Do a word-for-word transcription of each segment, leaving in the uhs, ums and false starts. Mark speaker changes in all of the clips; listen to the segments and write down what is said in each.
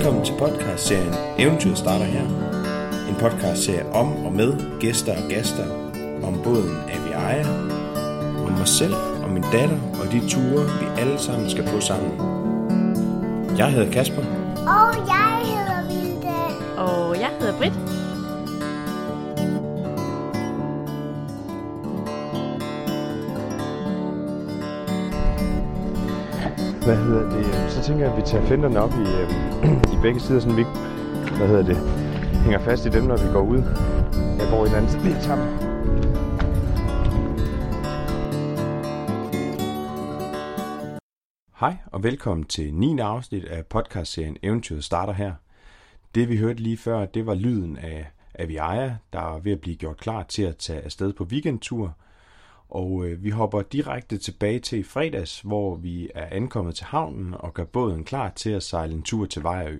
Speaker 1: Velkommen til podcastserien Eventyret starter her. En podcastserie om og med gæster og gæster om båden Aviaja, om mig selv og min datter og de ture, vi alle sammen skal på sammen. Jeg hedder Kasper.
Speaker 2: Og jeg hedder Vilde.
Speaker 3: Og jeg hedder Britt.
Speaker 4: Hvad hedder det? Så tænker jeg, at vi tager fenderne op i, øh, i begge sider, så vi ikke, hvad hedder det, hænger fast i dem, når vi går ud. Jeg går i den anden side lidt sammen.
Speaker 1: Hej og velkommen til niende afsnit af podcastserien Eventyret starter her. Det vi hørte lige før, det var lyden af Aviaja, der er ved at blive gjort klar til at tage afsted på weekendtur. Og øh, vi hopper direkte tilbage til i fredags, hvor vi er ankommet til havnen og gør båden klar til at sejle en tur til Vejrø.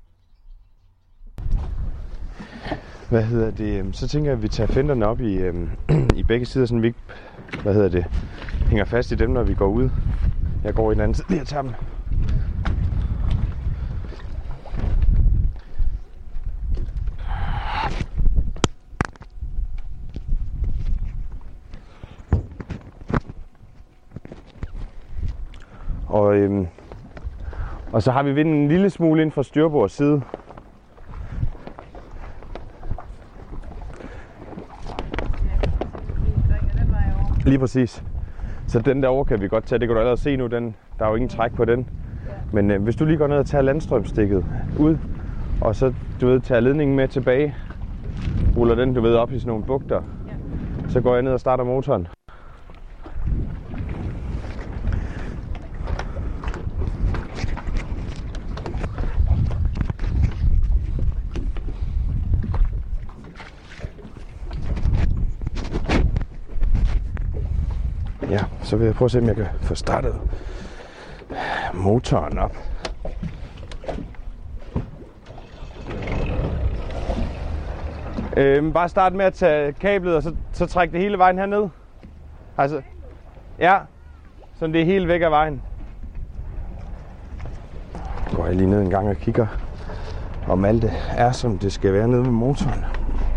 Speaker 4: Hvad hedder det? Så tænker jeg, at vi tager fenderne op i, øh, i begge sider, så vi ikke, hvad hedder det, hænger fast i dem, når vi går ud. Jeg går i den anden side lige sammen. Og, øhm, og så har vi vinden en lille smule ind fra styrbords side. Lige præcis. Så den derovre kan vi godt tage. Det kan du allerede se nu. Den, der er jo ingen træk på den. Men øh, hvis du lige går ned og tager landstrømstikket ud, og så du ved, tager ledningen med tilbage, ruller den du ved, op i sådan nogle bugter, så går jeg ned og starter motoren. Ja, så vil jeg prøve at se, om jeg kan få startet motoren op. Øhm, bare start med at tage kablet, og så, så trække det hele vejen herned. Altså, ja, så det er helt væk af vejen. Nu går jeg lige ned en gang og kigger, om alt det er, som det skal være nede ved motoren.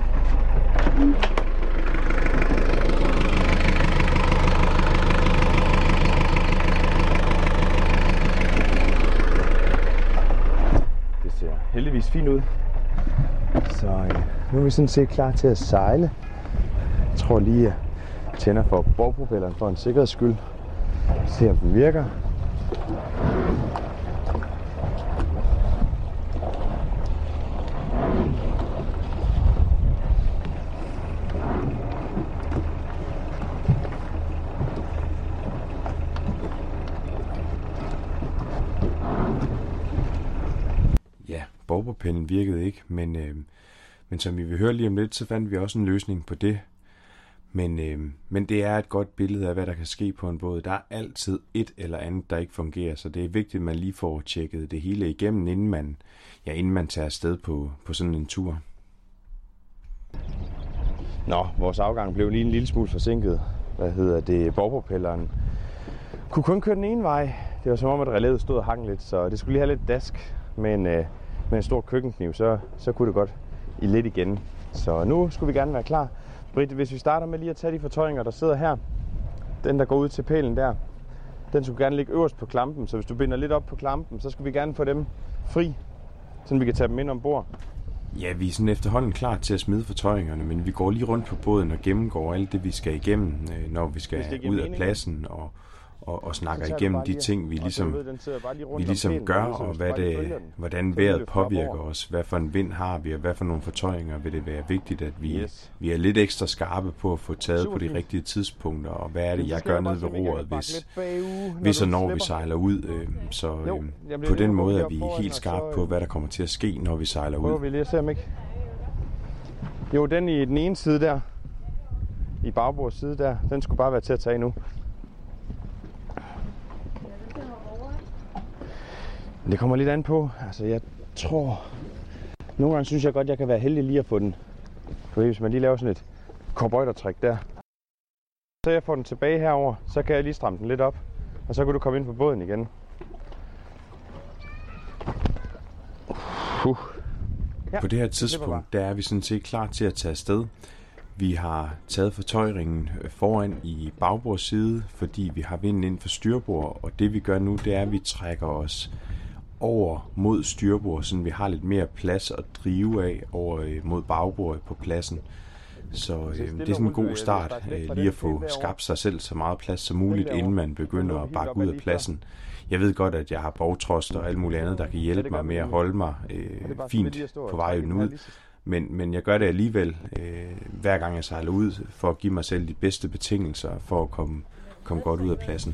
Speaker 4: Heldigvis fint ud. Så øh, nu er vi sådan set klar til at sejle. Jeg tror lige, at jeg tænder for bordpropelleren for en sikkerheds skyld. Se om den virker.
Speaker 1: Bordpropellen virkede ikke, men, øh, men som vi vil høre lige om lidt, så fandt vi også en løsning på det. Men, øh, men det er et godt billede af, hvad der kan ske på en båd. Der er altid et eller andet, der ikke fungerer, så det er vigtigt, at man lige får tjekket det hele igennem, inden man, ja, inden man tager afsted på, på sådan en tur.
Speaker 4: Nå, vores afgang blev lige en lille smule forsinket. Hvad hedder det? Bordpropelleren kunne kun køre den ene vej. Det var som om, at relæet stod og hang lidt, så det skulle lige have lidt dask. Men øh, med en stor køkkenkniv, så, så kunne det godt i lidt igen. Så nu skulle vi gerne være klar. Britt, hvis vi starter med lige at tage de fortøjninger, der sidder her. Den, der går ud til pælen der, den skulle gerne ligge øverst på klampen. Så hvis du binder lidt op på klampen, så skulle vi gerne få dem fri, så vi kan tage dem ind ombord.
Speaker 1: Ja, vi er sådan efterhånden klar til at smide fortøjningerne, men vi går lige rundt på båden og gennemgår alt det, vi skal igennem, når vi skal ud af pladsen og Og, og snakker igennem de ting, vi ligesom, vi ligesom gør, og hvad det, hvordan vejret påvirker os, hvad for en vind har vi, og hvad for nogle fortøjninger vil det være vigtigt, at vi, vi er lidt ekstra skarpe på at få taget på de rigtige tidspunkter, og hvad er det, jeg gør nede ved roret, hvis, hvis og når vi sejler ud. Så på den måde er vi helt skarpe på, hvad der kommer til at ske, når vi sejler ud.
Speaker 4: Prøver vi lige at se om ikke. Jo, den i den ene side der, i bagbords side der, den skulle bare være til at tage nu. Det kommer lidt an på. Altså, jeg tror... Nogle gange synes jeg godt, jeg kan være heldig lige at få den. For hvis man lige laver sådan et cowboydertræk der. Så jeg får den tilbage herover, så kan jeg lige stramme den lidt op. Og så kan du komme ind på båden igen. Puh.
Speaker 1: Ja, på det her tidspunkt, der er vi sådan set klar til at tage afsted. Vi har taget fortøjringen foran i bagbords side, fordi vi har vinden ind for styrbord, og det vi gør nu, det er, at vi trækker os over mod styrbord, så vi har lidt mere plads at drive af over mod bagbordet på pladsen. Så øh, det er sådan en god start, øh, lige at få skabt sig selv så meget plads som muligt, inden man begynder at bakke ud af pladsen. Jeg ved godt, at jeg har bogtrost og alt muligt andet, der kan hjælpe mig med at holde mig øh, fint på vejen ud. Men, men jeg gør det alligevel, øh, hver gang jeg sejler ud, for at give mig selv de bedste betingelser for at komme, komme godt ud af pladsen.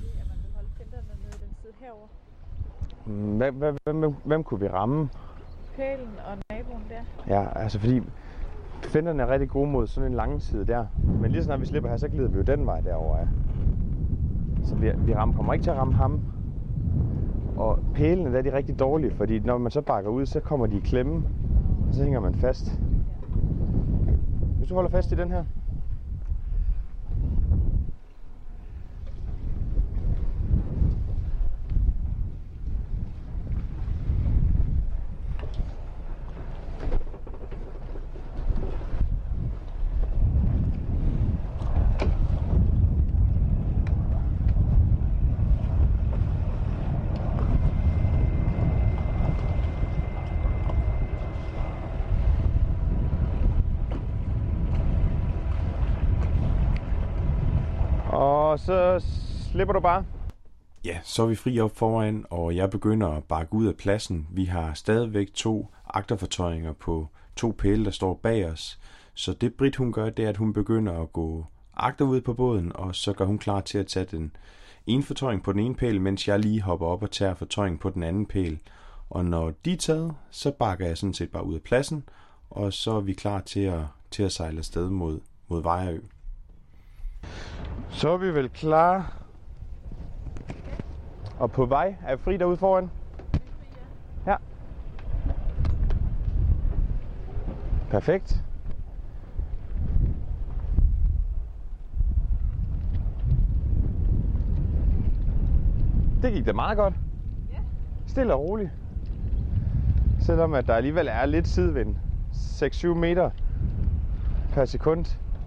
Speaker 4: Hvem, hvem, hvem, hvem kunne vi ramme?
Speaker 3: Pælen og naboen der.
Speaker 4: Ja, altså fordi fenderne er rigtig gode mod sådan en lang side der. Men lige så snart vi slipper her, så glider vi jo den vej derovre af. Så vi, vi rammer, kommer ikke til at ramme ham. Og pælene der er de rigtig dårlige, fordi når man så bakker ud, så kommer de i klemme. Og så hænger man fast. Hvis du holder fast i den her. Og så slipper du bare.
Speaker 1: Ja, så er vi fri op foran, og jeg begynder at bakke ud af pladsen. Vi har stadigvæk to agterfortøjninger på to pæle, der står bag os. Så det Britt hun gør, det er, at hun begynder at gå agterud på båden, og så gør hun klar til at tage den ene fortøjning på den ene pæl, mens jeg lige hopper op og tager fortøjningen på den anden pæl. Og når de er taget, så bakker jeg sådan set bare ud af pladsen, og så er vi klar til at, til at sejle afsted mod, mod Vejrø.
Speaker 4: Så er vi vel klar. Og på vej. Er vi fri derude foran? Ja. Perfekt. Det gik da meget godt.
Speaker 3: Ja.
Speaker 4: Stille og roligt. Selvom at der alligevel er lidt sidevind. seks syv meter per sekund.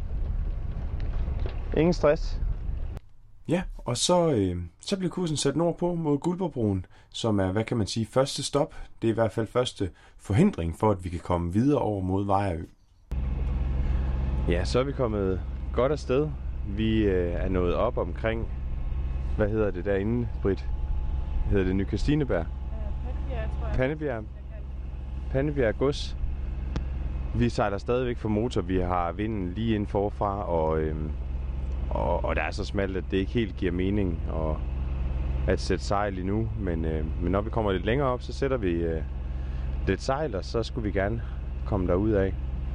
Speaker 4: Ingen stress.
Speaker 1: Ja, og så, øh, så bliver kursen sat nordpå mod Guldborgbroen, som er, hvad kan man sige, første stop. Det er i hvert fald første forhindring for, at vi kan komme videre over mod Vejrø.
Speaker 4: Ja, så er vi kommet godt afsted. Vi øh, er nået op omkring, hvad hedder det derinde, Britt? Hedder det Ny Kirstineberg?
Speaker 3: Ja, Pandebjerg, tror jeg.
Speaker 4: Pandebjerg. Pandebjerg gods. Vi sejler stadigvæk for motor. Vi har vinden lige ind forfra, og, øhm, og, og der er så smalt, at det ikke helt giver mening at, at sætte sejl endnu. Men, øh, men når vi kommer lidt længere op, så sætter vi øh, lidt sejl, og så skulle vi gerne komme derud af.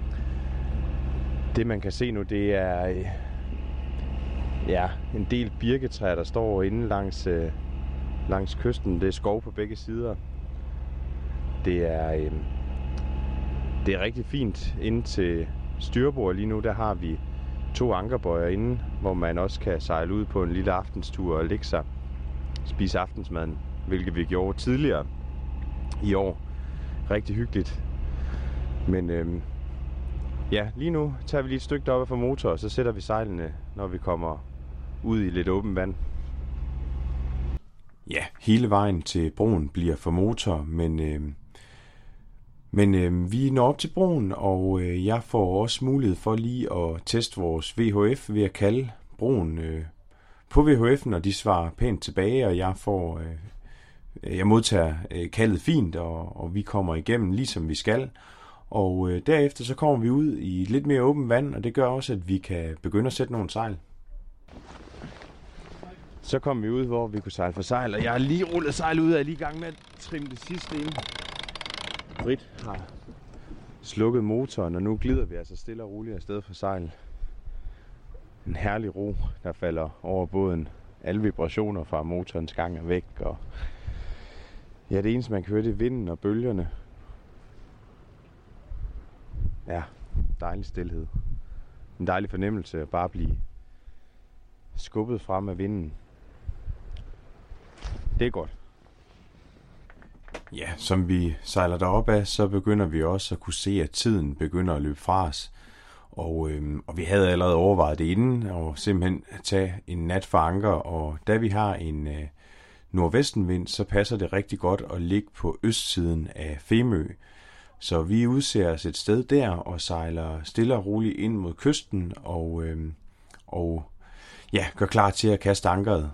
Speaker 4: Det man kan se nu, det er øh, ja, en del birketræer, der står inde langs, øh, langs kysten. Det er skov på begge sider. Det er... Øh, Det er rigtig fint. Inde til styrbord lige nu, der har vi to ankerbøjer inde, hvor man også kan sejle ud på en lille aftenstur og ligge sig, spise aftensmaden, hvilket vi gjorde tidligere i år. Rigtig hyggeligt. Men øhm, ja, lige nu tager vi lige et stykke deroppe fra motor, og så sætter vi sejlene, når vi kommer ud i lidt åben vand.
Speaker 1: Ja, hele vejen til broen bliver for motor, men... Øh Men øh, vi når op til broen, og øh, jeg får også mulighed for lige at teste vores V H F ved at kalde broen øh, på V H F'en, og de svarer pænt tilbage, og jeg får øh, jeg modtager øh, kaldet fint, og, og vi kommer igennem ligesom vi skal. Og øh, derefter så kommer vi ud i lidt mere åben vand, og det gør også, at vi kan begynde at sætte nogle sejl.
Speaker 4: Så kom vi ud, hvor vi kunne sejle for sejl, og jeg har lige rullet sejl ud, og er lige i gang med at trimme det sidste ind. Britt har slukket motoren, og nu glider vi altså stille og roligt afsted for sejl. En herlig ro, der falder over båden. Alle vibrationer fra motorens gang er væk, og ja, det eneste man kan høre, det er vinden og bølgerne. Ja, dejlig stilhed. En dejlig fornemmelse at bare blive skubbet frem af vinden. Det er godt.
Speaker 1: Ja, som vi sejler derop af, så begynder vi også at kunne se, at tiden begynder at løbe fra os. Og, øhm, og vi havde allerede overvejet det inden, og simpelthen tage en nat for anker, og da vi har en øh, nordvestenvind, så passer det rigtig godt at ligge på østsiden af Femø. Så vi udser os et sted der og sejler stille og roligt ind mod kysten og, øhm, og ja, gør klar til at kaste ankeret.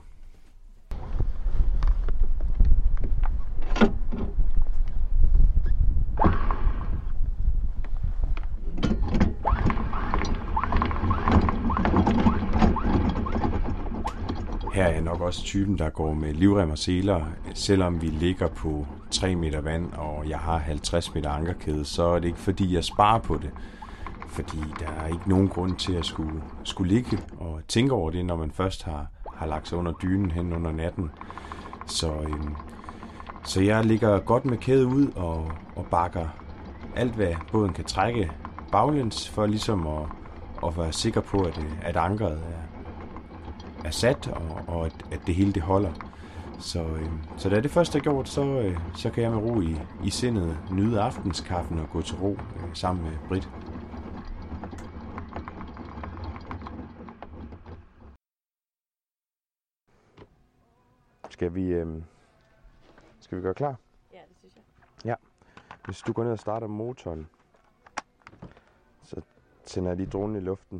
Speaker 1: Her er jeg nok også typen, der går med livrem og seler. Selvom vi ligger på tre meter vand, og jeg har halvtreds meter ankerkæde, så er det ikke fordi, jeg sparer på det. Fordi der er ikke nogen grund til at skulle, skulle ligge og tænke over det, når man først har, har lagt sig under dynen hen under natten. Så, øhm, så jeg ligger godt med kæde ud og, og bakker alt, hvad båden kan trække baglæns, for ligesom at, at være sikker på, at, at ankeret er er sat, og, og at, at det hele det holder. Så, øh, så da det først er gjort, så, øh, så kan jeg med ro i, i sindet nyde aftenskaffen og gå til ro øh, sammen med Britt. Skal vi, øh, skal vi gøre klar?
Speaker 3: Ja, det synes jeg.
Speaker 1: Ja. Hvis du går ned og starter motoren, så tænder jeg lige dronen i luften.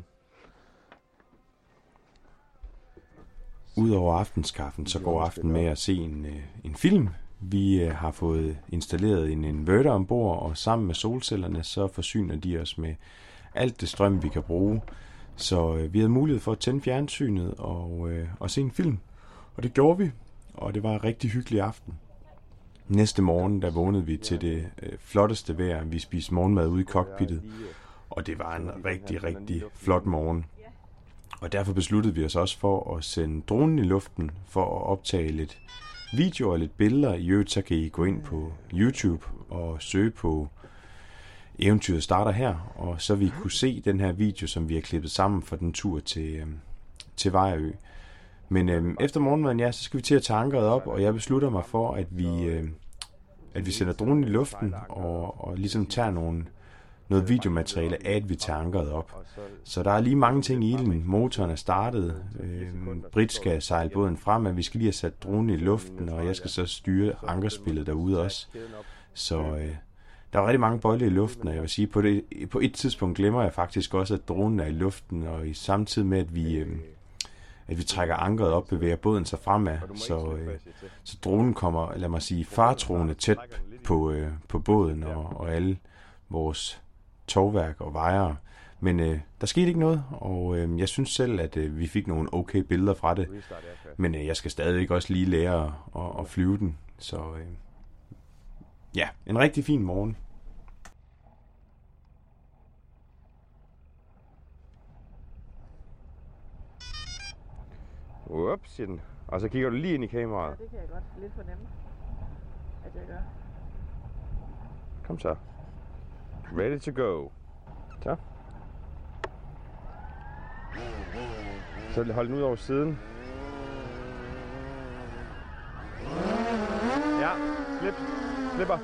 Speaker 1: Udover aftenskaffen, så går aftenen med at se en, en film. Vi har fået installeret en inverter ombord, og sammen med solcellerne, så forsyner de os med alt det strøm, vi kan bruge. Så vi havde mulighed for at tænde fjernsynet og, og se en film. Og det gjorde vi, og det var en rigtig hyggelig aften. Næste morgen, der vågnede vi til det flotteste vejr. Vi spiste morgenmad ude i cockpittet, og det var en rigtig, rigtig flot morgen. Og derfor besluttede vi os også for at sende dronen i luften for at optage lidt videoer og lidt billeder. I øvrigt så kan I gå ind på YouTube og søge på Eventyret starter her, og så vi kunne se den her video, som vi har klippet sammen for den tur til, øhm, til Vejrø. Men øhm, efter morgenmaden, ja, så skal vi til at tage ankeret op, og jeg beslutter mig for, at vi, øhm, at vi sender dronen i luften og, og ligesom tager nogle noget videomateriale af, at vi tager ankeret op. Så der er lige mange ting i ilden. Motoren er startet. Øh, Britt skal sejle båden frem, men vi skal lige have sat dronen i luften, og jeg skal så styre ankerspillet derude også. Så øh, der er rigtig mange bolde i luften, og jeg vil sige, på, det, på et tidspunkt glemmer jeg faktisk også, at dronen er i luften, og i samtidig med, at vi, øh, at vi trækker ankeret op, bevæger båden sig fremad, så, øh, så dronen kommer, lad mig sige, fartroende tæt på, øh, på båden og, og alle vores tovværk og vejere. Men øh, der skete ikke noget, og øh, jeg synes selv, at øh, vi fik nogle okay billeder fra det. Men øh, jeg skal stadig også lige lære at, at, at flyve den. Så øh, ja, en rigtig fin morgen.
Speaker 4: Ups, siger den. Og så kigger du lige ind i kameraet.
Speaker 3: Ja, det kan jeg godt lidt fornemme, at jeg gør.
Speaker 4: Kom så. Ready to go. Så. Så hold den ud over siden. Ja, slip. Slipper.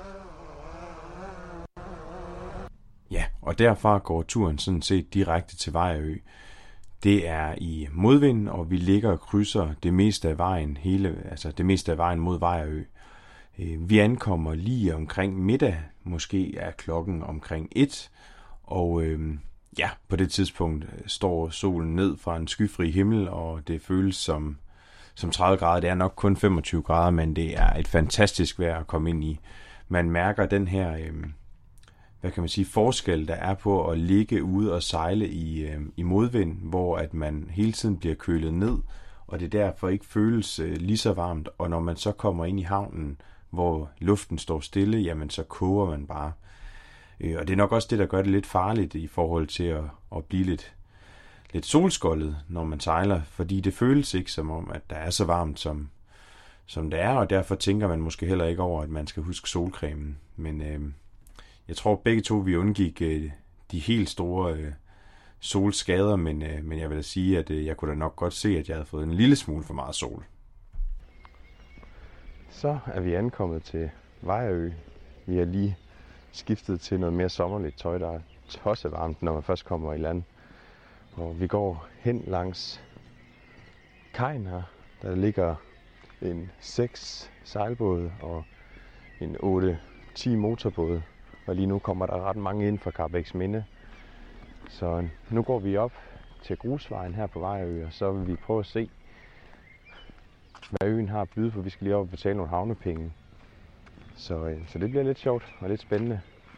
Speaker 1: Ja, og derfra går turen sådan set direkte til Vejrø. Det er i modvind, og vi ligger og krydser det meste af vejen, hele, altså det meste af vejen mod Vejrø. Vi ankommer lige omkring middag, måske er klokken omkring et, og øh, ja, på det tidspunkt står solen ned fra en skyfri himmel, og det føles som, som tredive grader. Det er nok kun femogtyve grader, men det er et fantastisk vejr at komme ind i. Man mærker den her, øh, hvad kan man sige, forskel, der er på at ligge ude og sejle i, øh, i modvind, hvor at man hele tiden bliver kølet ned, og det derfor ikke føles øh, lige så varmt, og når man så kommer ind i havnen, hvor luften står stille, jamen så koger man bare. Øh, og det er nok også det, der gør det lidt farligt i forhold til at, at blive lidt, lidt solskoldet, når man sejler, fordi det føles ikke som om, at der er så varmt, som, som det er, og derfor tænker man måske heller ikke over, at man skal huske solcremen. Men øh, jeg tror begge to, vi undgik øh, de helt store øh, solskader, men, øh, men jeg vil da sige, at øh, jeg kunne da nok godt se, at jeg havde fået en lille smule for meget sol.
Speaker 4: Så er vi ankommet til Vejrø. Vi har lige skiftet til noget mere sommerligt tøj, der er tossevarmt, når man først kommer i land. Og vi går hen langs kajen her. Der ligger en seks sejlbåde og en otte ti motorbåde. Og lige nu kommer der ret mange ind fra Karrebæksminde. Så nu går vi op til grusvejen her på Vejrø, og så vil vi prøve at se, hvad øen har at byde på. Vi skal lige op og betale nogle havnepenge. Så, så det bliver lidt sjovt og lidt spændende.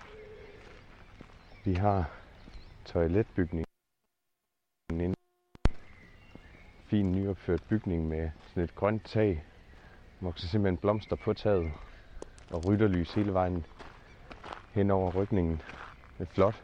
Speaker 4: Vi har toiletbygning. En fin nyopført bygning med sådan et grønt tag. Vokser simpelthen blomster på taget og rytterlys hele vejen hen over rygningen. Det er flot.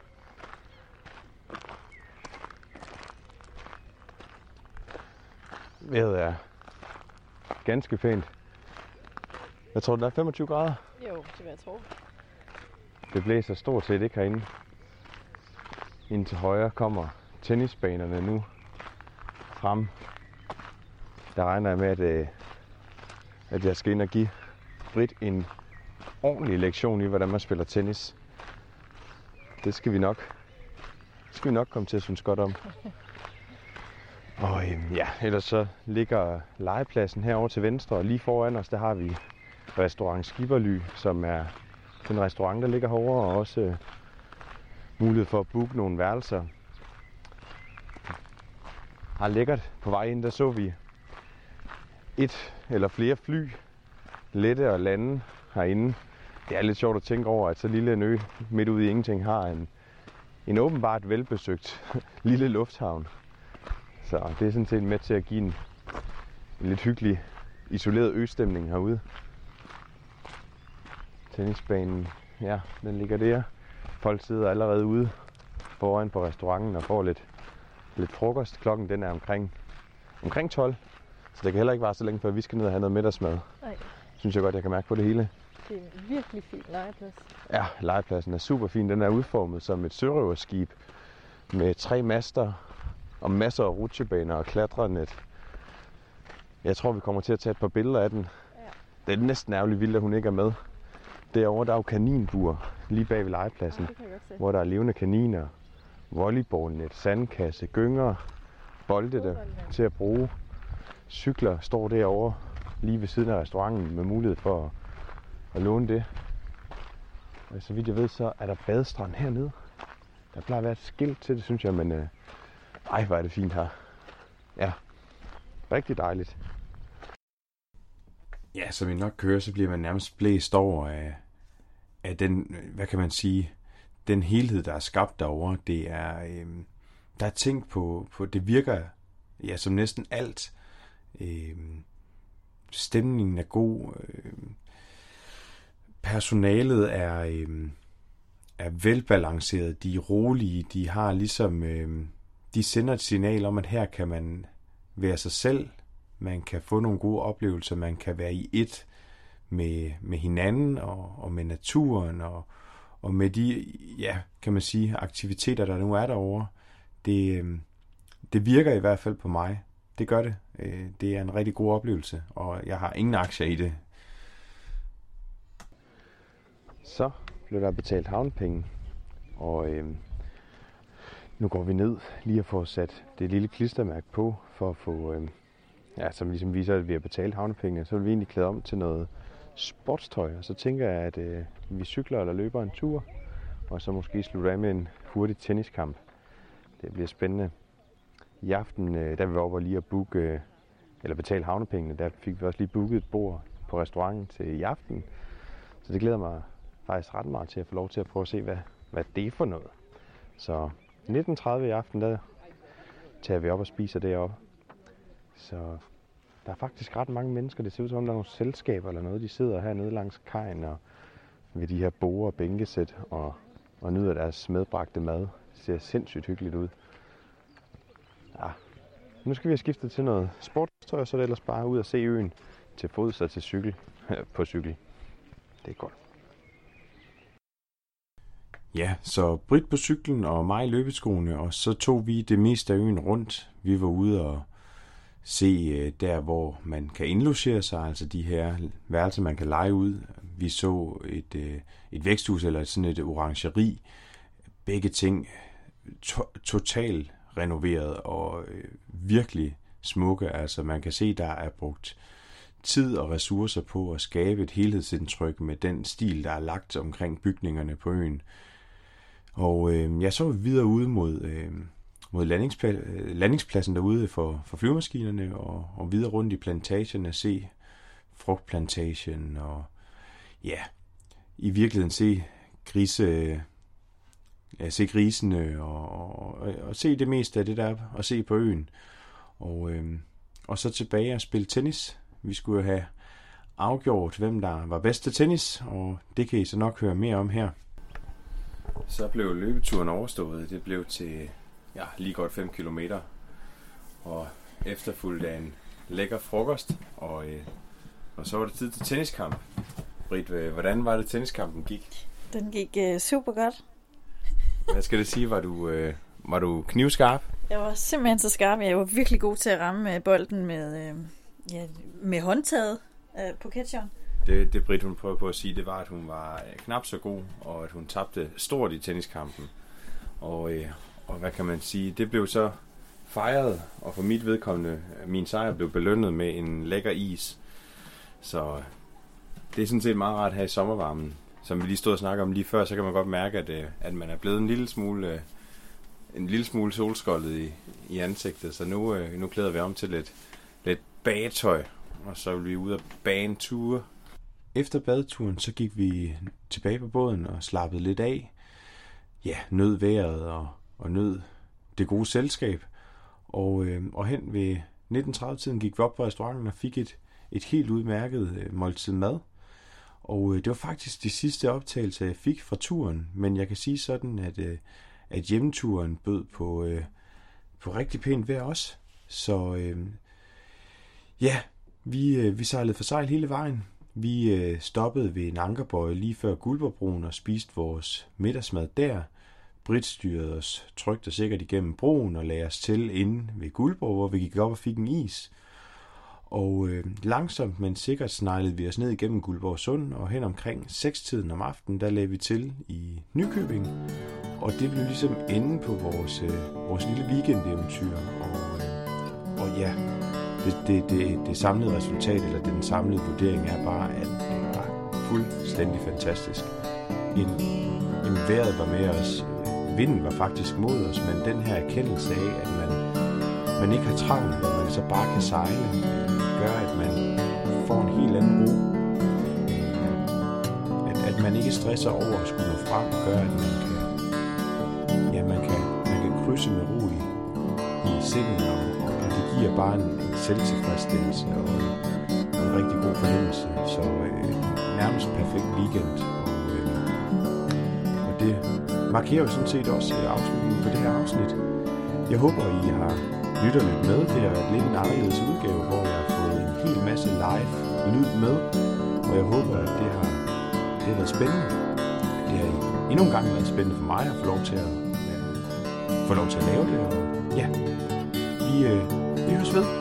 Speaker 4: Vejret er ganske pænt. Jeg tror, det er femogtyve grader.
Speaker 3: Jo, det vil jeg tro.
Speaker 4: Det blæser stort set ikke herinde. Ind til højre kommer tennisbanerne nu frem. Der regner jeg med, at, at jeg skal ind og give Britt en ordentlig lektion i, hvordan man spiller tennis. Det skal vi nok, det skal vi nok komme til at synes godt om. Og øhm, ja, ellers så ligger legepladsen herovre til venstre, og lige foran os, der har vi restaurant Skipperly, som er den restaurant, der ligger herovre, og også øh, mulighed for at booke nogle værelser. Har lækkert. På vej ind, der så vi et eller flere fly lette og lande herinde. Det er lidt sjovt at tænke over, at så lille en ø midt ude i ingenting har en, en åbenbart velbesøgt lille lufthavn. Så det er sådan set med til at give en, en lidt hyggelig, isoleret østemning herude. Tennisbanen, ja, den ligger der. Folk sidder allerede ude foran på restauranten og får lidt, lidt frokost. Klokken den er omkring, omkring tolv, så det kan heller ikke være så længe før vi skal ned og have noget middagsmad. Nej. Synes jeg godt, jeg kan mærke på det hele.
Speaker 3: Det er en virkelig fin legeplads.
Speaker 4: Ja, legepladsen er super fin. Den er udformet som et sørøverskib med tre master og masser af rutsjebaner og klatrenet. Jeg tror, vi kommer til at tage et par billeder af den. Ja. Det er næsten ærgerligt vildt, at hun ikke er med. Derovre der er jo kaninbur lige bag ved legepladsen, ja, hvor der er levende kaniner, volleyballnet, sandkasse, gynger, bolde der til at bruge. Cykler står derovre lige ved siden af restauranten med mulighed for at, at låne det. Og så vidt jeg ved, så er der badestrand hernede. Der plejer at være et skilt til det, synes jeg, men øh, ej, hvor er det fint her. Ja, rigtig dejligt.
Speaker 1: Ja, som I nok kører, så bliver man nærmest blæst over af, af den, hvad kan man sige, den helhed, der er skabt derovre. Det er, øh, der er tænkt på, på, det virker, ja, som næsten alt. Øh, stemningen er god. Øh, personalet er, øh, er velbalanceret. De er rolige. De har ligesom, øh, de sender et signal om, at her kan man være sig selv. Man kan få nogle gode oplevelser, man kan være i ét med, med hinanden og, og med naturen og, og med de, ja, kan man sige, aktiviteter, der nu er derovre. Det, det virker i hvert fald på mig. Det gør det. Det er en rigtig god oplevelse, og jeg har ingen aktier i det.
Speaker 4: Så blev der betalt havnepenge, og øh, nu går vi ned lige at få sat det lille klistermærke på, for at få... Øh, Ja, som ligesom viser, at vi har betalt havnepengene, så vil vi egentlig klæde om til noget sportstøj. Og så tænker jeg, at øh, vi cykler eller løber en tur, og så måske slutter af med en hurtig tenniskamp. Det bliver spændende. I aften, øh, der vil vi over lige at booke, øh, eller betale havnepengene, der fik vi også lige booket et bord på restauranten til i aften. Så det glæder mig faktisk ret meget til at få lov til at prøve at se, hvad, hvad det er for noget. Så nitten tredive i aften, der tager vi op og spiser deroppe. Så der er faktisk ret mange mennesker. Det ser ud som om, der er nogle selskaber eller noget. De sidder hernede langs kajen og ved de her borde og bænkesæt og, og nyder deres medbragte mad. Det ser sindssygt hyggeligt ud. Ja. Nu skal vi have skiftet til noget sportstøj, så er det ellers bare ud og se øen til fods og til cykel. på cykel. Det er godt.
Speaker 1: Ja, så Britt på cyklen og mig i løbeskoene, og så tog vi det meste af øen rundt. Vi var ude og se der, hvor man kan indlogere sig, altså de her værelser, man kan leje ud. Vi så et, et væksthus eller sådan et orangeri. Begge ting to- totalt renoveret og virkelig smukke. Altså man kan se, der er brugt tid og ressourcer på at skabe et helhedsindtryk med den stil, der er lagt omkring bygningerne på øen. Og øh, jeg så videre ude mod, øh, mod landingspla- landingspladsen derude for, for flyvemaskinerne, og, og videre rundt i plantagen at se frugtplantagen, og ja, i virkeligheden se grise, ja, se grisene, og, og, og se det meste af det der, og se på øen. Og, øh, og så tilbage og spille tennis. Vi skulle have afgjort, hvem der var bedst til tennis, og det kan I så nok høre mere om her. Så blev løbeturen overstået. Det blev til ja, lige godt fem kilometer. Og efterfulgt af en lækker frokost. Og, øh, og så var det tid til tenniskamp. Britt, hvordan var det tenniskampen gik?
Speaker 5: Den gik øh, super godt.
Speaker 1: Hvad skal det sige? Var du, øh, var du knivskarp?
Speaker 5: Jeg var simpelthen så skarp. Jeg var virkelig god til at ramme bolden med, øh, ja, med håndtaget øh, på catcheren.
Speaker 1: Det, det Britt hun prøvede på at sige, det var, at hun var knap så god, og at hun tabte stort i tenniskampen. Og, øh, og hvad kan man sige, det blev så fejret, og for mit vedkommende, min sejr blev belønnet med en lækker is. Så det er sådan set meget rart her i sommervarmen. Som vi lige stod og snakkede om lige før, så kan man godt mærke, at, at man er blevet en lille smule, en lille smule solskoldet i, i ansigtet. Så nu, nu klæder vi om til lidt, lidt bagetøj, og så vil vi ud og baneture. Efter badeturen, så gik vi tilbage på båden og slappede lidt af. Ja, nød vejret og, og nød det gode selskab. Og, øh, og hen ved nitten tredive-tiden gik vi op på restauranten og fik et, et helt udmærket øh, måltid mad. Og øh, det var faktisk de sidste optagelser, jeg fik fra turen. Men jeg kan sige sådan, at, øh, at hjemmeturen bød på, øh, på rigtig pænt vejr også. Så øh, ja, vi, øh, vi sejlede for sejl hele vejen. Vi øh, stoppede ved en ankerbøje lige før Guldborgbroen og spiste vores middagsmad der. Britt styrede os trygt og sikkert igennem broen og lagde os til inde ved Guldborg, hvor vi gik op og fik en is. Og øh, langsomt, men sikkert sneglede vi os ned igennem Guldborg Sund, og hen omkring seks-tiden om aftenen, der lagde vi til i Nykøbing. Og det blev ligesom enden på vores, øh, vores lille weekendeventyr. Og, øh, og ja, det, det, det, det samlede resultat, eller den samlede vurdering, er bare, at det var fuldstændig fantastisk. En, en vejret var med os, vinden var faktisk mod os, men den her erkendelse af, at man, man ikke har travlt, at man så bare kan sejle, gør, at man får en helt anden ro. At, at man ikke stresser over at skulle nå frem, gør, at man kan, ja, man kan, man kan krydse med ro i, i sindet, og, og det giver bare en, en selvtilfredsstillelse og en, en rigtig god fornemmelse. Så øh, nærmest perfekt weekend. Og, øh, og det markerer jo sådan set også afslutningen på det her afsnit. Jeg håber, I har lyttet lidt med. Det er lidt en anderledes udgave, hvor jeg har fået en hel masse live lyd med. Og jeg håber, at det har, det har været spændende. Det har endnu en gang været spændende for mig at få lov til at, få lov til at lave det. Og ja, vi, øh, vi høres ved.